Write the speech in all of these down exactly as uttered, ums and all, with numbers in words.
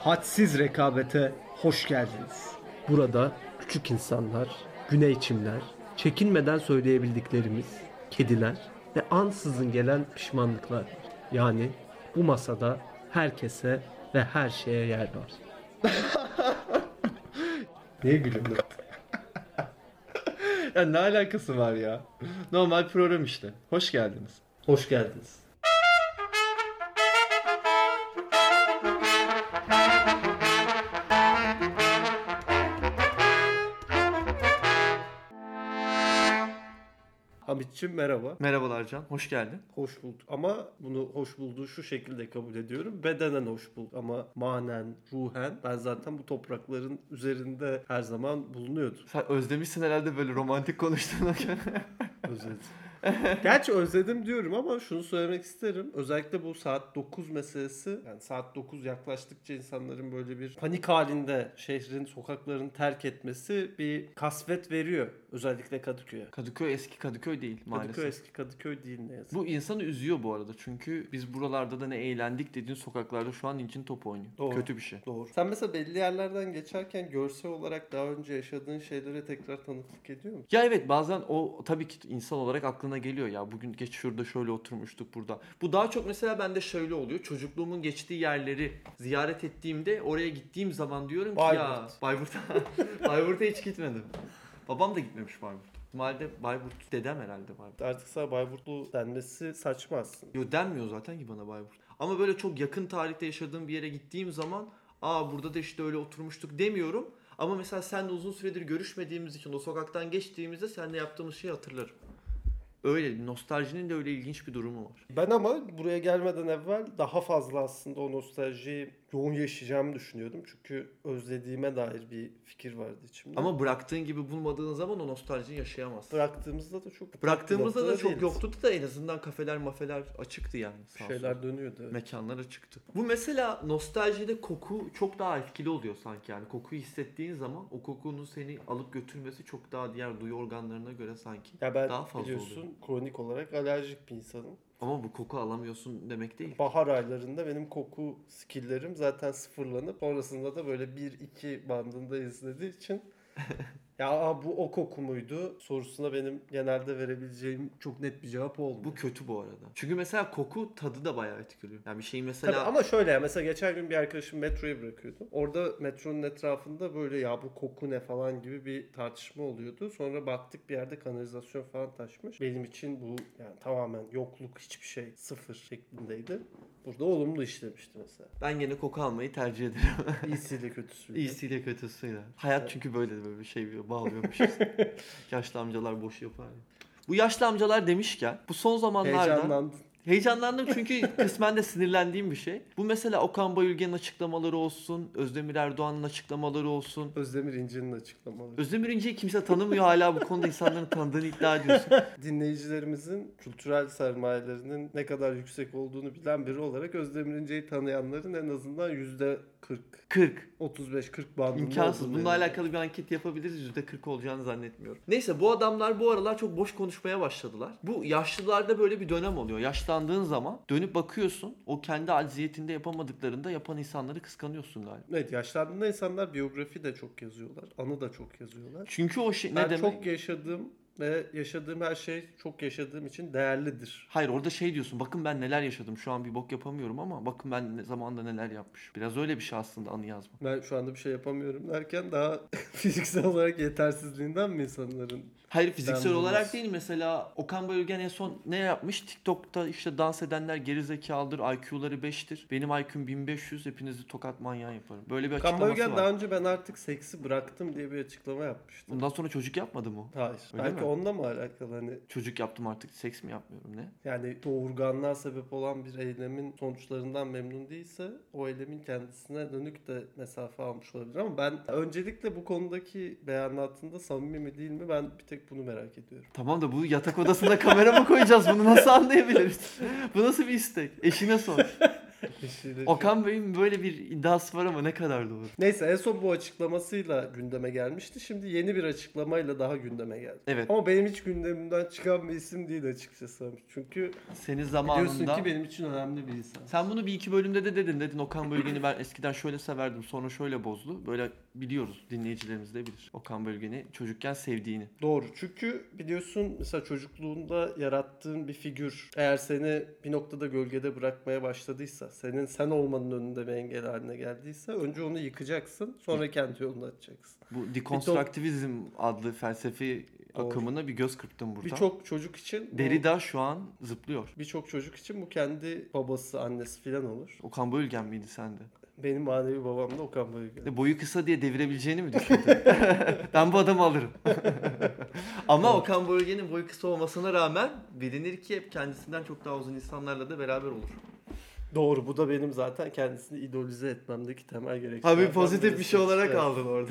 hadsiz rekabete hoş geldiniz. Burada küçük insanlar, güney çimler, çekinmeden söyleyebildiklerimiz, kediler ve ansızın gelen pişmanlıklar var. Yani bu masada herkese ve her şeye yer var. Niye gülüyorsun? Ya ne alakası var ya? Normal program işte. Hoş geldiniz. Hoş geldiniz. Hamitçim merhaba. Merhabalar Can, hoş geldin. Hoş bulduk. Ama bunu hoş bulduğu şu şekilde kabul ediyorum. Bedenen hoş bulduk ama manen, ruhen ben zaten bu toprakların üzerinde her zaman bulunuyordum. Sen özlemişsin herhalde böyle romantik konuştuğuna göre. Özledim. Gerçi özledim diyorum ama şunu söylemek isterim. Özellikle bu saat dokuz meselesi, yani saat dokuz yaklaştıkça insanların böyle bir panik halinde şehrin sokaklarını terk etmesi bir kasvet veriyor. Özellikle Kadıköy'e. Kadıköy eski Kadıköy değil maalesef. Kadıköy eski Kadıköy değil ne yazık. Bu insanı üzüyor bu arada çünkü biz buralarda da ne eğlendik dediğin sokaklarda şu an incin top oynuyor. Doğru. Kötü bir şey. Doğru. Sen mesela belli yerlerden geçerken görsel olarak daha önce yaşadığın şeylere tekrar tanıklık ediyor musun? Ya evet bazen o tabii ki insan olarak aklına geliyor ya bugün geç şurada şöyle oturmuştuk burada. Bu daha çok mesela bende şöyle oluyor. Çocukluğumun geçtiği yerleri ziyaret ettiğimde oraya gittiğim zaman diyorum ki Bayburt. ya Bayburt'a Bayburt'a hiç gitmedim. Babam da gitmemiş Bayburt. Normalde Bayburt dedem herhalde Bayburt. Artık sana Bayburtlu denmesi saçma aslında. Yo denmiyor zaten ki bana Bayburt. Ama böyle çok yakın tarihte yaşadığım bir yere gittiğim zaman aa burada da işte öyle oturmuştuk demiyorum. Ama mesela seninle uzun süredir görüşmediğimiz için o sokaktan geçtiğimizde seninle yaptığımız şeyi hatırlarım. Öyle nostaljinin de öyle ilginç bir durumu var. Ben ama buraya gelmeden evvel daha fazla aslında o nostaljiyi yoğun yaşayacağımı düşünüyordum. Çünkü özlediğime dair bir fikir vardı içimde. Ama bıraktığın gibi bulmadığın zaman o nostaljiyi yaşayamazsın. bıraktığımızda da çok Bıraktığımızda da noktada çok değiliz. yoktu da en azından kafeler mafeler açıktı yani. Bir sağ şeyler olsun. dönüyordu. Evet. Mekanlar açıktı. Bu mesela nostaljide koku çok daha etkili oluyor sanki yani. Kokuyu hissettiğin zaman o kokunun seni alıp götürmesi çok daha diğer duyu organlarına göre sanki Ya ben daha fazla biliyorsun oluyor. kronik olarak alerjik bir insanım. Ama bu koku alamıyorsun demek değil. Bahar aylarında benim koku skilllerim zaten sıfırlanıp sonrasında da böyle bir iki bandında izlediği için ya aa, bu o koku muydu sorusuna benim genelde verebileceğim çok net bir cevap oldu. Bu kötü bu arada. Çünkü mesela koku tadı da bayağı etkiliyor. Yani bir şeyi mesela... Tabii ama şöyle ya mesela geçen gün bir arkadaşım metroya bırakıyordu. Orada metronun etrafında böyle ya bu koku ne falan gibi bir tartışma oluyordu. Sonra baktık bir yerde kanalizasyon falan taşmış. Benim için bu yani tamamen yokluk hiçbir şey sıfır şeklindeydi. Burada olumlu işlemişti mesela. Ben gene koku almayı tercih ederim. İyisiyle kötüsüyle. İyisiyle kötüsüyle. Hayat çünkü böyle böyle bir şey bağlıyormuşuz. Yaşlı amcalar boş yapar ya. Bu yaşlı amcalar demişken bu son zamanlarda... Heyecanlandın. Heyecanlandım çünkü kısmen de sinirlendiğim bir şey. Bu mesela Okan Bayülgen'in açıklamaları olsun, Özdemir Erdoğan'ın açıklamaları olsun. Özdemir İnce'nin açıklamaları. Özdemir İnce'yi kimse tanımıyor hala bu konuda insanların tanıdığını iddia ediyorsun. Dinleyicilerimizin kültürel sermayelerinin ne kadar yüksek olduğunu bilen biri olarak Özdemir İnce'yi tanıyanların en azından yüzde kırk, kırk. otuz beş kırk bandında İmkansız. olduğunu Bununla eminim. alakalı bir anket yapabiliriz. yüzde kırk olacağını zannetmiyorum. Neyse bu adamlar bu aralar çok boş konuşmaya başladılar. Bu yaşlılarda böyle bir dönem oluyor. Yaşlandığın zaman dönüp bakıyorsun. O kendi acziyetinde yapamadıklarında yapan insanları kıskanıyorsun galiba. Evet, yaşlandığında insanlar biyografi de çok yazıyorlar. Anı da çok yazıyorlar. Çünkü o şey Ben ne demek? çok yaşadığım ve yaşadığım her şey çok yaşadığım için değerlidir. Hayır orada şey diyorsun. Bakın ben neler yaşadım. Şu an bir bok yapamıyorum ama bakın ben ne zamanda neler yapmışım. Biraz öyle bir şey aslında anı yazma. Ben şu anda bir şey yapamıyorum derken daha fiziksel olarak yetersizliğinden mi insanların? Hayır fiziksel Ben olarak bulmaz. değil mesela Okan Bayülgen en son ne yapmış? TikTok'ta işte dans edenler gerizekalıdır, I Q'ları beştir. Benim I Q'm bin beş yüz, hepinizi tokat manyağı yaparım. Böyle bir Okan açıklaması Bayülgen var. daha önce ben artık seksi bıraktım diye bir açıklama yapmıştı. Bundan sonra çocuk yapmadı mı? Hayır. Öyle Belki mi? onunla mı alakalı hani Çocuk yaptım artık seks mi yapmıyorum ne? yani doğurganlığa sebep olan bir eylemin sonuçlarından memnun değilse o eylemin kendisine dönük de mesafe almış olabilir ama ben öncelikle bu konudaki beyanatında samimi mi değil mi ben bir tek bunu merak ediyorum. Tamam da bu yatak odasında kamera mı koyacağız? Bunu nasıl anlayabiliriz? Bu nasıl bir istek? Eşine sor. Eşiyle Okan Bey'in böyle bir iddiası var ama ne kadar doğru. Neyse en son bu açıklamasıyla gündeme gelmişti. Şimdi yeni bir açıklamayla daha gündeme geldi. Evet. Ama benim hiç gündemimden çıkan bir isim değil açıkçası. Çünkü Senin biliyorsun zamanında... ki benim için önemli bir insan. Sen bunu bir iki bölümde de dedin. Dedin Okan Bölgen'i ben eskiden şöyle severdim sonra şöyle bozdu. Böyle biliyoruz, dinleyicilerimiz de bilir. Okan Bölgen'i çocukken sevdiğini. Doğru. Çünkü biliyorsun mesela çocukluğunda yarattığın bir figür eğer seni bir noktada gölgede bırakmaya başladıysa, senin sen olmanın önünde bir engel haline geldiyse önce onu yıkacaksın, sonra kendi yolunu açacaksın. Bu dekonstruktivizm adlı felsefi Doğru. akımına bir göz kırptım burada. Birçok çocuk için bu- Derrida şu an zıplıyor. birçok çocuk için bu kendi babası, annesi falan olur. Okan Bölgen miydi sende? Benim manevi babam da Okan Bayülgen. De boyu kısa diye devirebileceğini mi düşündün? Ben bu adamı alırım. Ama Evet. Okan Bölgen'in boyu kısa olmasına rağmen bilinir ki hep kendisinden çok daha uzun insanlarla da beraber olur. Doğru. Bu da benim zaten kendisini idolize etmemdeki temel Ha gerekçelerden bir pozitif bir birisi. şey olarak Evet. aldın orada.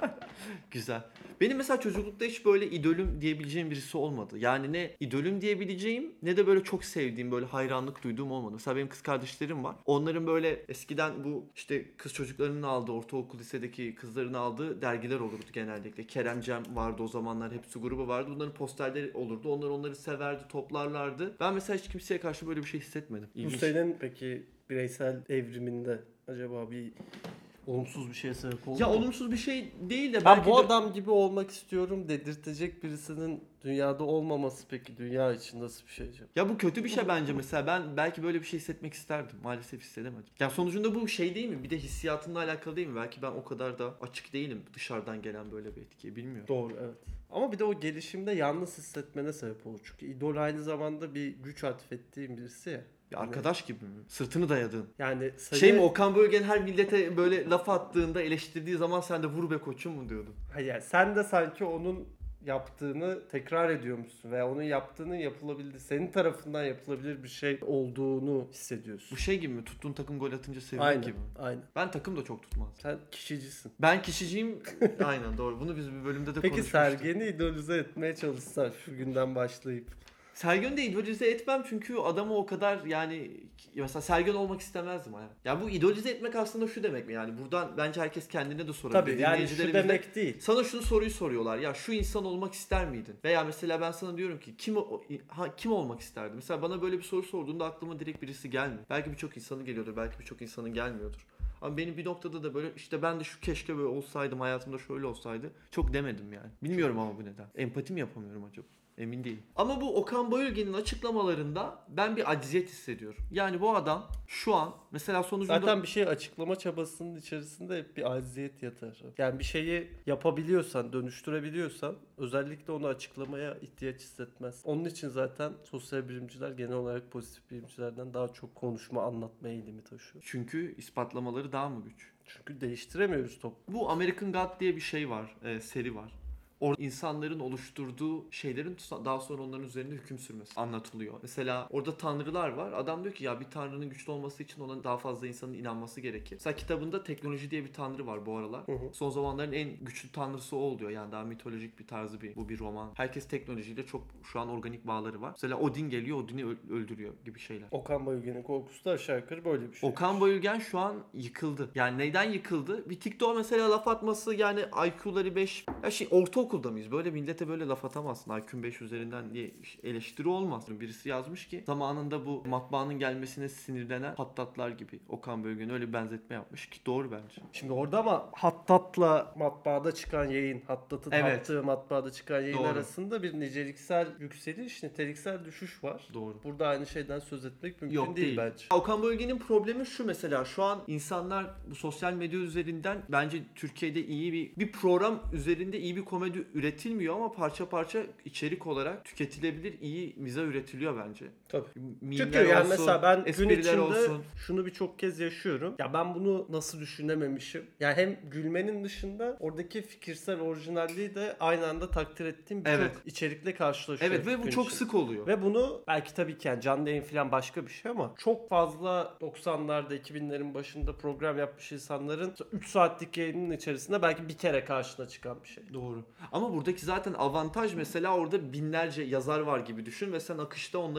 Güzel. Benim mesela çocuklukta hiç böyle idolüm diyebileceğim birisi olmadı. Yani ne idolüm diyebileceğim ne de böyle çok sevdiğim, böyle hayranlık duyduğum olmadı. Mesela benim kız kardeşlerim var. Onların böyle eskiden bu işte kız çocuklarının aldığı, ortaokul lisedeki kızların aldığı dergiler olurdu genellikle. Kerem Cem vardı o zamanlar, hepsi grubu vardı. Bunların posterleri olurdu. Onlar onları severdi, toplarlardı. Ben mesela hiç kimseye karşı böyle bir şey hissetmedim. Bu İlginç. senin peki bireysel evriminde acaba bir olumsuz bir şeye sebep oldu Ya mu? olumsuz bir şey değil de Ben belki bu de... adam gibi olmak istiyorum dedirtecek birisinin dünyada olmaması peki dünya için nasıl bir şey acaba? Ya bu kötü bir şey bence mesela. Ben belki böyle bir şey hissetmek isterdim. Maalesef hissedemedim. Ya sonucunda bu şey değil mi? Bir de hissiyatınla alakalı değil mi? Belki ben o kadar da açık değilim dışarıdan gelen böyle bir etkiye. Bilmiyorum. Doğru, evet. Ama bir de o gelişimde yalnız hissetmene sebep olur. Çünkü idol aynı zamanda bir güç atfettiğin birisi ya. Bir arkadaş gibi mi? Sırtını dayadığın. Yani seni... Şey mi, Okan Bölgen her millete böyle laf attığında, eleştirdiği zaman sen de vur be koçum mu diyordun? Hayır, yani sen de sanki onun yaptığını tekrar ediyormuşsun veya onun yaptığının yapılabildiği, senin tarafından yapılabilir bir şey olduğunu hissediyorsun. Bu şey gibi mi? Tuttuğun takım gol atınca sevinmek Aynen, gibi mi? aynen. Ben takım da çok tutmaz. Sen kişicisin. Ben kişiciyim. Aynen doğru. Bunu biz bir bölümde de Peki konuşmuştuk. Sergen'i idolize etmeye çalışsan şu günden başlayıp. Sergen'i de idolize etmem çünkü adamı o kadar yani mesela Sergen olmak istemezdim hayat. Ya bu idolize etmek aslında şu demek mi yani buradan bence herkes kendine de sorabilir. Tabii yani şu Dinleyicilerimiz de demek değil. sana şunu soruyu soruyorlar ya şu insan olmak ister miydin? Veya mesela ben sana diyorum ki kim o- ha, kim olmak isterdi? Mesela bana böyle bir soru sorduğunda aklıma direkt birisi gelmiyor. Belki birçok insanın geliyordur, belki birçok insanın gelmiyordur. Ama benim bir noktada da böyle işte ben de şu keşke böyle olsaydım, hayatımda şöyle olsaydı çok demedim yani. Bilmiyorum ama bu neden. Empati mi yapamıyorum acaba? Emin değilim. Ama bu Okan Bayülgen'in açıklamalarında ben bir acziyet hissediyorum. Yani bu adam şu an mesela sonucunda... Zaten bir şey açıklama çabasının içerisinde hep bir acziyet yatar. Yani bir şeyi yapabiliyorsan, dönüştürebiliyorsan özellikle onu açıklamaya ihtiyaç hissetmez. Onun için zaten sosyal bilimciler genel olarak pozitif bilimcilerden daha çok konuşma, anlatma eğilimi taşıyor. Çünkü ispatlamaları daha mı güç? Çünkü değiştiremiyoruz toplumu. Bu American God diye bir şey var, e, seri var. Orada insanların oluşturduğu şeylerin daha sonra onların üzerinde hüküm sürmesi anlatılıyor. Mesela orada tanrılar var. Adam diyor ki ya bir tanrının güçlü olması için ona daha fazla insanın inanması gerekir. Mesela kitabında teknoloji diye bir tanrı var bu aralar. Hı hı. Son zamanların en güçlü tanrısı o oluyor. Yani daha mitolojik bir tarzı bir bu bir roman. Herkes teknolojiyle çok şu an organik bağları var. Mesela Odin geliyor, Odin'i öl- öldürüyor gibi şeyler. Okan Bayülgen'in korkusu da aşağı yukarı böyle bir şey. Okan Bayülgen şu an yıkıldı. Yani neyden yıkıldı? Bir TikTok'a mesela laf atması yani I Q'ları beş. Ya şey ortaokulda mıyız? Böyle millete böyle laf atamazsın. I Q'm beş üzerinden diye eleştiri olmaz. Birisi yazmış ki zamanında bu matbaanın gelmesine sinirlenen hattatlar gibi. Okan Bayülgen öyle bir benzetme yapmış ki doğru bence. Şimdi orada ama Hattat'la matbaada çıkan yayın, Hattat'ın Evet. attığı matbaada çıkan yayın Doğru. arasında bir niceliksel yükseliş, niteliksel düşüş var. Doğru. Burada aynı şeyden söz etmek mümkün Yok değil, değil. bence. Okan Bölgen'in problemi şu mesela şu an insanlar bu sosyal medya üzerinden bence Türkiye'de iyi bir bir program üzerinde iyi bir komedi üretilmiyor ama parça parça içerik olarak tüketilebilir iyi mizah üretiliyor bence. Tabii. Mimler Çünkü yani olsun, mesela ben gün espriler içinde olsun. şunu birçok kez yaşıyorum. Ya ben bunu nasıl düşünememişim? Yani hem gülmenin dışında oradaki fikirsel orijinalliği de aynı anda takdir ettiğim birçok Evet. içerikle karşılaşıyorum. Evet ve bu gün çok içinde. sık oluyor. Ve bunu belki tabii ki yani canlı yayın falan başka bir şey ama çok fazla doksanlarda iki binlerin başında program yapmış insanların üç saatlik yayının içerisinde belki bir kere karşına çıkan bir şey. Doğru. Ama buradaki zaten avantaj mesela orada binlerce yazar var gibi düşün ve sen akışta onları mesela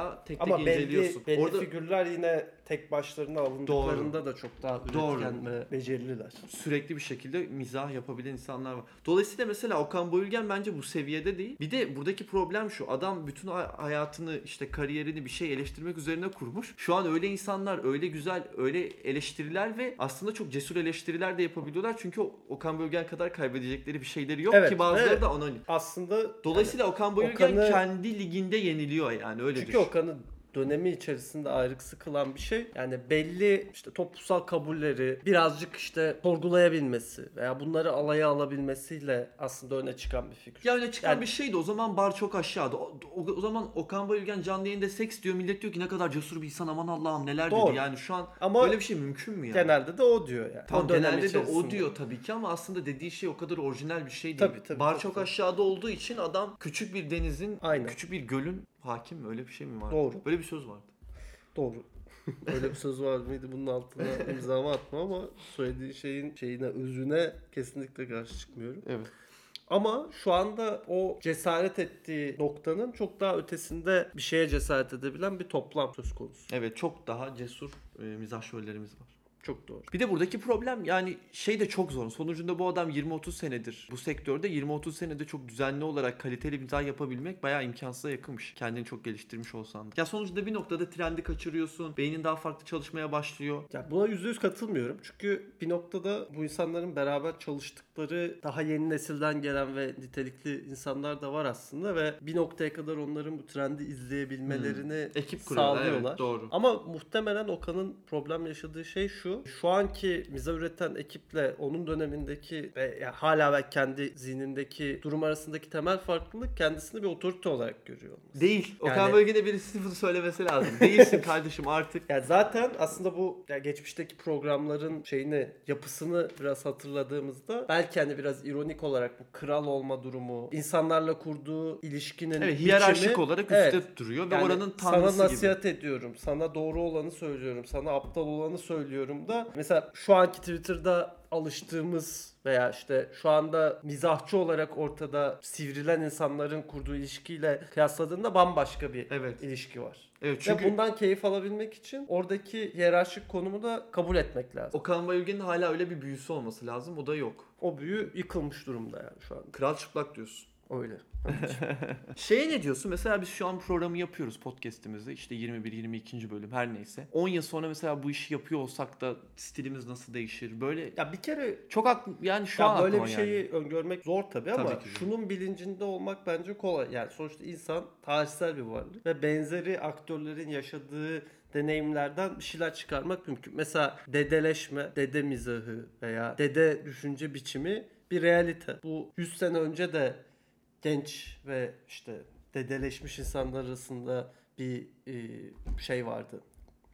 mesela tek tek Ama inceliyorsun. belli, belli Orada figürler yine tek başlarına alındıklarında da çok daha üretken Doğru. ve becerililer. sürekli bir şekilde mizah yapabilen insanlar var. Dolayısıyla mesela Okan Bayülgen bence bu seviyede değil. Bir de buradaki problem şu. Adam bütün hayatını işte kariyerini bir şey eleştirmek üzerine kurmuş. Şu an öyle insanlar öyle güzel öyle eleştiriler ve aslında çok cesur eleştiriler de yapabiliyorlar. Çünkü Okan Bayülgen kadar kaybedecekleri bir şeyleri yok Evet, ki bazıları evet. da anonim. Aslında Dolayısıyla Okan Bayülgen Okan'ı- kendi liginde yeniliyor yani öyle çünkü düşün. Okan'ın dönemi içerisinde ayrıksı kılan bir şey. Yani belli işte toplumsal kabulleri birazcık işte sorgulayabilmesi veya bunları alaya alabilmesiyle aslında öne çıkan bir figür. Ya öyle çıkan Yani- bir şeydi o zaman bar çok aşağıda. O, o, o zaman Okan Bayülgen canlı yayında seks diyor. Millet diyor ki ne kadar cesur bir insan aman Allah'ım neler Doğru. dedi. Yani şu an Ama böyle bir şey mümkün mü yani? genelde de o diyor yani. Tamam O dönem genelde de o içerisinde. diyor tabii ki ama aslında dediği şey o kadar orijinal bir şey değil. Tabii, tabii, Bar tabii, çok tabii. aşağıda olduğu için adam küçük bir denizin, Aynen. küçük bir gölün hakim mi? Öyle bir şey mi var? Doğru. Böyle bir söz vardı. Doğru. Öyle bir söz var mıydı? Bunun altına imzamı atma ama söylediği şeyin şeyine, özüne kesinlikle karşı çıkmıyorum. Evet. Ama şu anda o cesaret ettiği noktanın çok daha ötesinde bir şeye cesaret edebilen bir toplam söz konusu. Evet çok daha cesur e, mizah şöllerimiz var. Çok doğru. Bir de buradaki problem yani şey de çok zor. Sonucunda bu adam yirmi otuz senedir bu sektörde. yirmi otuz senede çok düzenli olarak kaliteli mizah yapabilmek bayağı imkansıza yakınmış. Kendini çok geliştirmiş olsan da. Ya sonuçta bir noktada trendi kaçırıyorsun. Beynin daha farklı çalışmaya başlıyor. Ya buna yüzde yüz katılmıyorum. Çünkü bir noktada bu insanların beraber çalıştıkları daha yeni nesilden gelen ve nitelikli insanlar da var aslında ve bir noktaya kadar onların bu trendi izleyebilmelerini Hmm. Ekip kuruyorlar. sağlıyorlar. Evet, doğru. Ama muhtemelen Okan'ın problem yaşadığı şey şu. Şu anki mizah üreten ekiple onun dönemindeki ve ya hala belki kendi zihnindeki durum arasındaki temel farklılık kendisini bir otorite olarak görüyor olması. Değil. Okan Yani- Bölge'de birisi bunu söylemesi lazım. Değilsin kardeşim artık. Yani zaten aslında bu ya geçmişteki programların şeyini, yapısını biraz hatırladığımızda belki hani biraz ironik olarak bu kral olma durumu, insanlarla kurduğu ilişkinin Evet hiyerarşik biçimi, olarak üstte evet, duruyor ve yani oranın tanrısı sana gibi. nasihat ediyorum, sana doğru olanı söylüyorum, sana aptal olanı söylüyorum da mesela şu anki Twitter'da alıştığımız veya işte şu anda mizahçı olarak ortada sivrilen insanların kurduğu ilişkiyle kıyasladığında bambaşka bir Evet. ilişki var. Evet Ve çünkü bundan keyif alabilmek için oradaki hiyerarşik konumu da kabul etmek lazım. Okan Bayülgen'in hala öyle bir büyüsü olması lazım. O da yok. O büyü yıkılmış durumda yani şu an. Kral çıplak diyorsun. Öyle. Şeye ne diyorsun? Mesela biz şu an programı yapıyoruz podcast'imizde. İşte yirmi bir yirmi ikinci bölüm her neyse. on yıl sonra mesela bu işi yapıyor olsak da stilimiz nasıl değişir? Böyle Ya bir kere çok aklı yani şu ya an böyle aklıma bir yani. şeyi öngörmek zor tabii ama Tabii ki de. şunun bilincinde olmak bence kolay. Yani sonuçta insan tarihsel bir varlık ve benzeri aktörlerin yaşadığı deneyimlerden bir şeyler çıkarmak mümkün. Mesela dedeleşme, dede mizahı veya dede düşünce biçimi bir realite. Bu yüz sene önce de genç ve işte dedeleşmiş insanlar arasında bir e, şey vardı.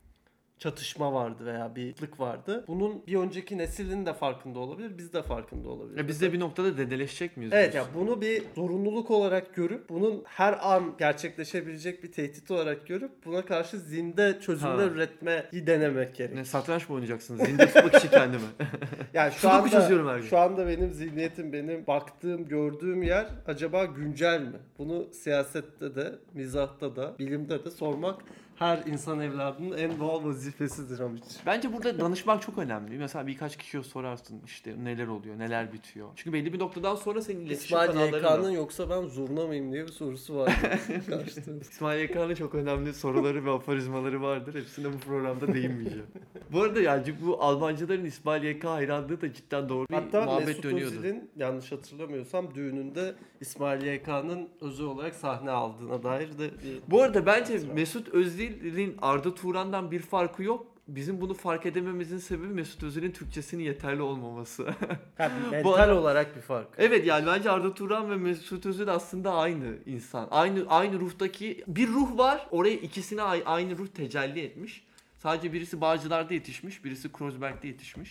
Çatışma vardı veya bir lık vardı. Bunun bir önceki neslin de farkında olabilir, biz de farkında olabilir. Ya biz de bir noktada dedeleşecek miyiz? Evet ya diyorsun? bunu bir zorunluluk olarak görüp bunun her an gerçekleşebilecek bir tehdit olarak görüp buna karşı zinde çözümler Ha. üretmeyi denemek gerek. Ne satranç mı oynayacaksın? Zinde tutmak için kendimi. Yani şu Sudoku çözüyorum her anda gün. şu anda benim zihniyetim, benim baktığım, gördüğüm yer acaba güncel mi? Bunu siyasette de, mizahta da, bilimde de sormak her insan evladının en doğal vazifesidir Amiç. Bence burada danışmak çok önemli. Mesela birkaç kişiye sorarsın işte neler oluyor, neler bitiyor. Çünkü belli bir noktadan sonra senin iletişim İsmail kanalların Y K'nın da. yoksa ben zurna mıyım diye bir sorusu var. Karşıtığımız. İsmail Y K'nın çok önemli soruları ve aforizmaları vardır. Hepsine bu programda değinmeyeceğim. Bu arada yani bu Almancıların İsmail Y K hayranlığı da cidden doğru bir Hatta muhabbet Mesut dönüyordu. Özil'in yanlış hatırlamıyorsam düğününde İsmail Y K'nın özel olarak sahne aldığına dair de bir... Bu arada bence Mesut Özil'in Arda Turan'dan bir farkı yok. Bizim bunu fark edememizin sebebi Mesut Özil'in Türkçesinin yeterli olmaması. Ha, Bu mental arada- olarak bir fark. Evet yani bence Arda Turan ve Mesut Özil aslında aynı insan. Aynı aynı ruhtaki bir ruh var. Oraya ikisine aynı ruh tecelli etmiş. Sadece birisi Bağcılar'da yetişmiş, birisi Kreuzberg'de yetişmiş.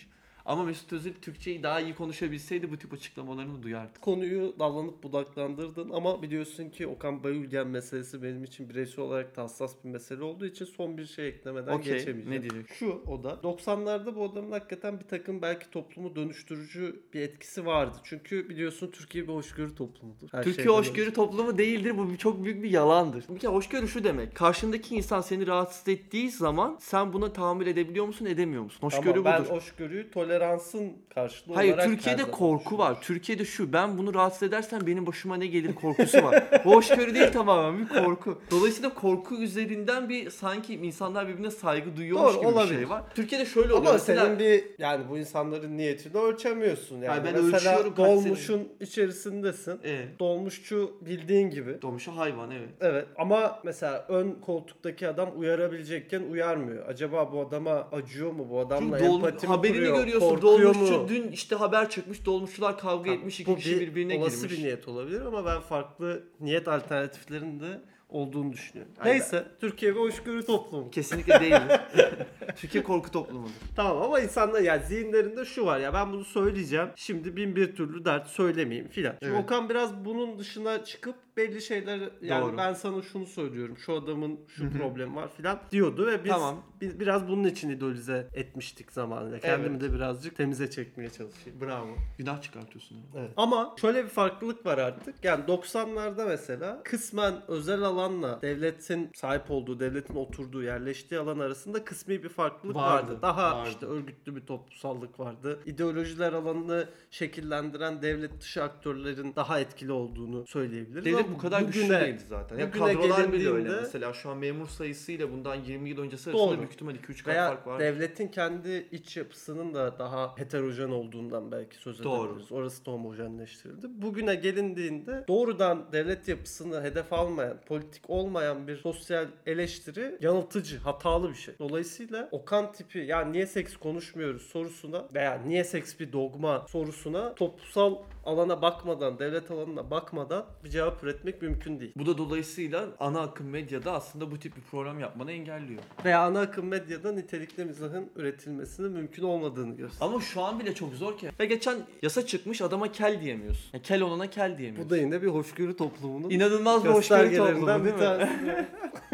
Ama Mesut Özil Türkçeyi daha iyi konuşabilseydi bu tip açıklamalarını duyardık. Konuyu dallanıp budaklandırdın ama biliyorsun ki Okan Bayülgen meselesi benim için bireysel olarak da hassas bir mesele olduğu için son bir şey eklemeden Okey, geçemeyeceğim. ne diyecek? Şu o da doksanlarda bu adamın hakikaten bir takım belki toplumu dönüştürücü bir etkisi vardı. Çünkü biliyorsun Türkiye bir hoşgörü toplumudur. Her Türkiye şeyden hoşgörü önce. toplumu değildir. Bu bir- çok büyük bir yalandır. Bir kere hoşgörü şu demek. Karşındaki insan seni rahatsız ettiği zaman sen buna tahammül edebiliyor musun, edemiyor musun? Hoşgörü Ama ben budur. hoşgörüyü toleransın karşılığı Hayır, olarak Türkiye'de her zaman korku düşünmüşüm. var. Türkiye'de şu, ben bunu rahatsız edersem benim başıma ne gelir korkusu var. Bu hoşgörü değil, tamamen bir korku. Dolayısıyla korku üzerinden bir sanki insanlar birbirine saygı duyuyormuş Doğru, gibi olabilir. bir şey var. Türkiye'de şöyle oluyor. Ama mesela, senin bir yani bu insanların niyetini ölçemiyorsun yani. Hayır, ben Mesela ölçüyorum kaç dolmuşun içerisindesin. e, Dolmuşçu bildiğin gibi. domuşu hayvan, evet. Evet ama mesela ön koltuktaki adam uyarabilecekken uyarmıyor. Acaba bu adama acıyor mu? Bu adamla Çünkü dolmuş, empati mi haberini kuruyor? görüyorsun, Korkuyor dolmuşçu mu? dün işte haber çıkmış, dolmuşçular kavga Tamam, etmiş, iki bu kişi bir birbirine olası girmiş. bir niyet olabilir ama ben farklı niyet alternatiflerinin de olduğunu düşünüyorum. Aynen. Neyse, Türkiye bir hoşgörü toplumu. Kesinlikle değildir. Türkiye korku toplumudur. Tamam ama insanlar yani zihinlerinde şu var ya, ben bunu söyleyeceğim. Şimdi bin bir türlü dert söylemeyeyim filan. Şimdi Evet. Okan biraz bunun dışına çıkıp belli şeyler yani Doğru. ben sana şunu söylüyorum. Şu adamın şu Hı hı. problemi var filan diyordu ve biz, Tamam. biz biraz bunun için idolize etmiştik zamanında. Kendimi de birazcık temize çekmeye çalışayım. Bravo. Günah çıkartıyorsun. Evet. Ama şöyle bir farklılık var artık. Yani doksanlarda mesela kısmen özel alanla devletin sahip olduğu, devletin oturduğu, yerleştiği alan arasında kısmi bir farklılık vardı. Vardı, Daha vardı. işte örgütlü bir toplumsallık vardı. İdeolojiler alanını şekillendiren devlet dışı aktörlerin daha etkili olduğunu söyleyebiliriz. Devlet Ama bu kadar güçlü bugüne- değildi zaten. Ya bugüne kadrolar bile öyle. gelindiğinde- Mesela şu an memur sayısıyla bundan yirmi yıl öncesi Doğru. arasında büyük ihtimal iki üç kat Veya fark var. devletin kendi iç yapısının da daha heterojen olduğundan belki söz Doğru. edebiliriz. Orası da homojenleştirildi. Bugüne gelindiğinde doğrudan devlet yapısını hedef almayan, politik olmayan bir sosyal eleştiri yanıltıcı, hatalı bir şey. Dolayısıyla Okan tipi yani niye seks konuşmuyoruz sorusuna veya niye seks bir dogma sorusuna toplumsal alana bakmadan, devlet alanına bakmadan bir cevap üretmek mümkün değil. Bu da dolayısıyla ana akım medyada aslında bu tip bir program yapmanı engelliyor. Veya ana akım medyada nitelikli mizahın üretilmesinin mümkün olmadığını gösteriyor. Ama şu an bile çok zor ki. Ve geçen yasa çıkmış, adama kel diyemiyorsun. Yani kel olana kel diyemiyorsun. Bu da yine bir hoşgörü toplumunun İnanılmaz bir hoşgörü toplumu göstergelerinden değil bir mi? tanesi.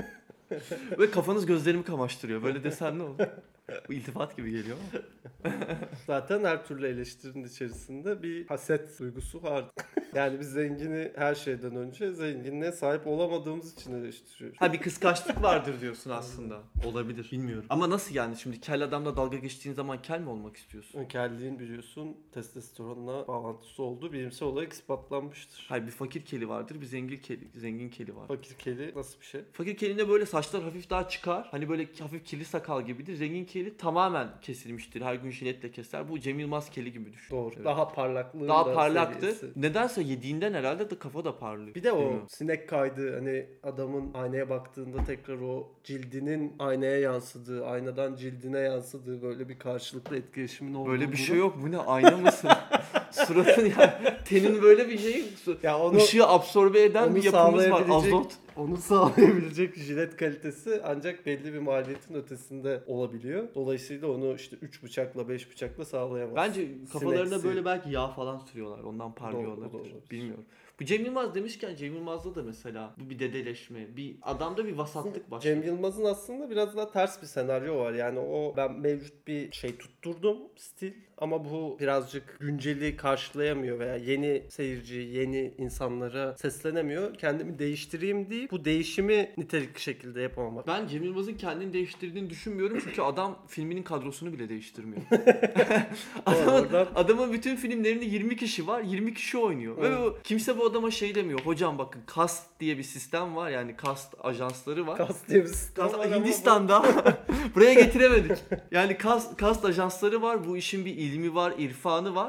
Ve kafanız gözlerimi kamaştırıyor. Böyle desen ne olur? Bu iltifat gibi geliyor ama. Zaten her türlü eleştirinin içerisinde bir haset duygusu var. Yani biz zengini her şeyden önce zenginliğe sahip olamadığımız için eleştiriyoruz. Ha, bir kıskançlık vardır diyorsun aslında. Olabilir. Bilmiyorum. Ama nasıl yani, şimdi kel adamla dalga geçtiğin zaman kel mi olmak istiyorsun? Kelliğin biliyorsun testosteronla bağlantısı olduğu bilimsel olarak ispatlanmıştır. Hayır, bir fakir keli vardır, bir zengin keli, zengin keli var. Fakir keli nasıl bir şey? Fakir kelinde böyle saçlar hafif daha çıkar. Hani böyle hafif kirli sakal gibidir. Zengin keli tamamen kesilmiştir. Her gün jiletle keser. Bu Cem Yılmaz keli gibi düşün. Doğru. Evet. Daha parlaklığı Daha da parlaktı. seviyesi. Nedense yediğinden herhalde de kafa da parlıyor. Bir de o Bilmiyorum. sinek kaydı, hani adamın aynaya baktığında tekrar o cildinin aynaya yansıdığı, aynadan cildine yansıdığı böyle bir karşılıklı etkileşimin olduğu. Böyle bir durum. şey yok. Bu ne? Ayna mısın? Suratın yani. Tenin böyle bir şey. Ya onu Işığı absorbe eden onu bir yapımız var. sağlayabilecek- Azot. Onu sağlayabilecek jilet kalitesi ancak belli bir maliyetin ötesinde olabiliyor. Dolayısıyla onu işte üç bıçakla beş bıçakla sağlayamaz. Bence kafalarına Sineksi. böyle belki yağ falan sürüyorlar. Ondan parlıyor Doğru, olabilir. olabilir. Bilmiyorum. Bu Cem Yılmaz demişken Cem Yılmaz'da da mesela bu bir dedeleşme, bir adamda bir vasatlık başlıyor. Cem Yılmaz'ın aslında biraz daha ters bir senaryo var. Yani o ben mevcut bir şey tutturdum stil ama bu birazcık günceli karşılayamıyor veya yeni seyirci, yeni insanlara seslenemiyor. Kendimi değiştireyim deyip bu değişimi nitelikli şekilde yapamamak. Ben Cem Yılmaz'ın kendini değiştirdiğini düşünmüyorum çünkü adam filminin kadrosunu bile değiştirmiyor. adamın, Oradan- adamın bütün filmlerinde yirmi kişi var, yirmi kişi oynuyor. Ve Evet. bu, kimse bu adama şey demiyor. Hocam bakın cast diye bir sistem var, yani cast ajansları var. Kast diye bir sistem Kast- var ama bu- Hindistan'da buraya getiremedik. Yani kast, kast ajansları var. Bu işin bir ilmi var, irfanı var.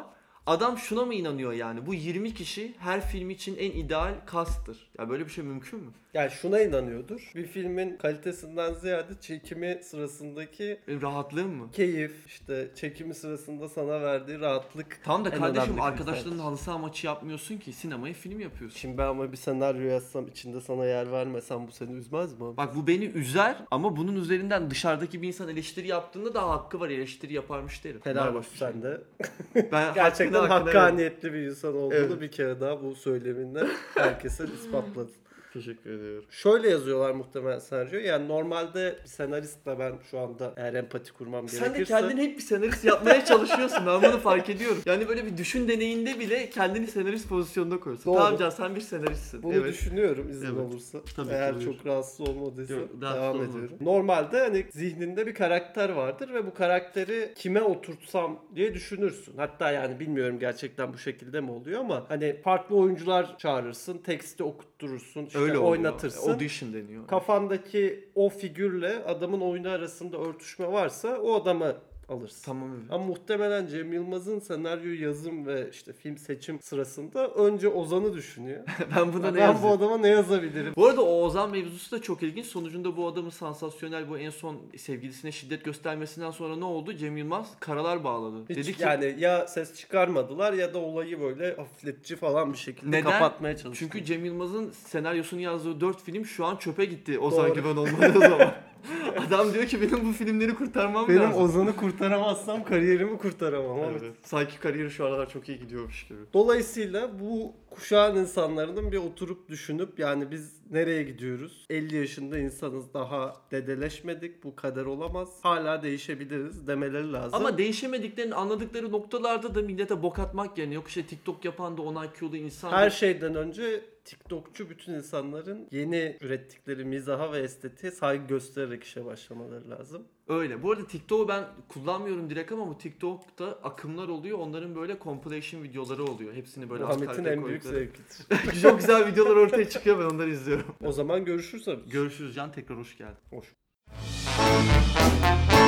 Adam şuna mı inanıyor yani? Bu yirmi kişi her film için en ideal casttır. Ya böyle bir şey mümkün mü? Yani şuna inanıyordur. Bir filmin kalitesinden ziyade çekimi sırasındaki Benim rahatlığım mı? keyif, işte çekimi sırasında sana verdiği rahatlık. Tamam da en kardeşim önemli arkadaşlarının kriter. halı saha maçı yapmıyorsun ki. Sinemaya film yapıyorsun. Şimdi ben ama bir senaryo yazsam, içinde sana yer vermesem bu seni üzmez mi? Bak bu beni üzer ama bunun üzerinden dışarıdaki bir insan eleştiri yaptığında daha hakkı var, eleştiri yaparmış derim. Helal Bunlar olsun boş bir şey. sen de. Ben Gerçekten hakkını- hakkını- hakkaniyetli bir insan olduğunu Evet. bir kere daha bu söyleminle herkese ispatladın. Teşekkür ediyorum. Şöyle yazıyorlar muhtemelen senaryo. Yani normalde bir senaristle ben şu anda eğer empati kurmam Sen de gerekirse... kendini hep bir senarist yapmaya çalışıyorsun. Ben bunu fark ediyorum. Yani böyle bir düşün deneyinde bile kendini senarist pozisyonuna koyuyorsun. Doğru. Tamam Can sen bir senaristsin. Bunu evet. düşünüyorum izin Evet. olursa. Tabii, Eğer tabii. çok rahatsız olmadıysa Yok, rahatsız devam olmadım. ediyorum. Normalde hani zihninde bir karakter vardır ve bu karakteri kime oturtsam diye düşünürsün. Hatta yani bilmiyorum gerçekten bu şekilde mi oluyor ama hani farklı oyuncular çağırırsın, teksti okutturursun, işte Öyle oluyor. oynatırsın. Audition deniyor. Kafandaki o figürle adamın oyunu arasında örtüşme varsa o adamı alırsın. Tamam öyle. Ama muhtemelen Cem Yılmaz'ın senaryo yazım ve işte film seçim sırasında önce Ozan'ı düşünüyor. Ben buna ne ben bu yazayım? adama ne yazabilirim? Bu arada o Ozan mevzusu da çok ilginç. Sonucunda bu adamın sansasyonel bu en son sevgilisine şiddet göstermesinden sonra ne oldu? Cem Yılmaz karalar bağladı. Hiç Dedi ki yani ya ses çıkarmadılar ya da olayı böyle hafifletici falan bir şekilde Neden? kapatmaya çalıştılar. çünkü Cem Yılmaz'ın senaryosunu yazdığı dört film şu an çöpe gitti Ozan Doğru. Güven olmadığı zaman. Adam diyor ki benim bu filmleri kurtarmam benim lazım. Ozan'ı kurtaramazsam kariyerimi kurtaramam. Ama Evet. Sanki kariyeri şu aralar çok iyi gidiyormuş gibi. Dolayısıyla bu kuşağın insanların bir oturup düşünüp yani biz nereye gidiyoruz? elli yaşında insanız, daha dedeleşmedik, bu kader olamaz. Hala değişebiliriz demeleri lazım. Ama değişemediklerini anladıkları noktalarda da millete bok atmak yerine yok işte TikTok yapan da on I Q'lu insan. her şeyden önce TikTokçu bütün insanların yeni ürettikleri mizaha ve estetiğe saygı göstererek işe başlamaları lazım. Öyle. Bu arada TikTok'u ben kullanmıyorum direkt ama bu TikTok'ta akımlar oluyor. Onların böyle compilation videoları oluyor. Hepsini böyle arka Muhammed'in arkaya en büyük koydukları. zevkidir. Çok güzel videolar ortaya çıkıyor, ben onları izliyorum. O zaman görüşürüz abi. Görüşürüz Can, tekrar hoş geldin. Hoş.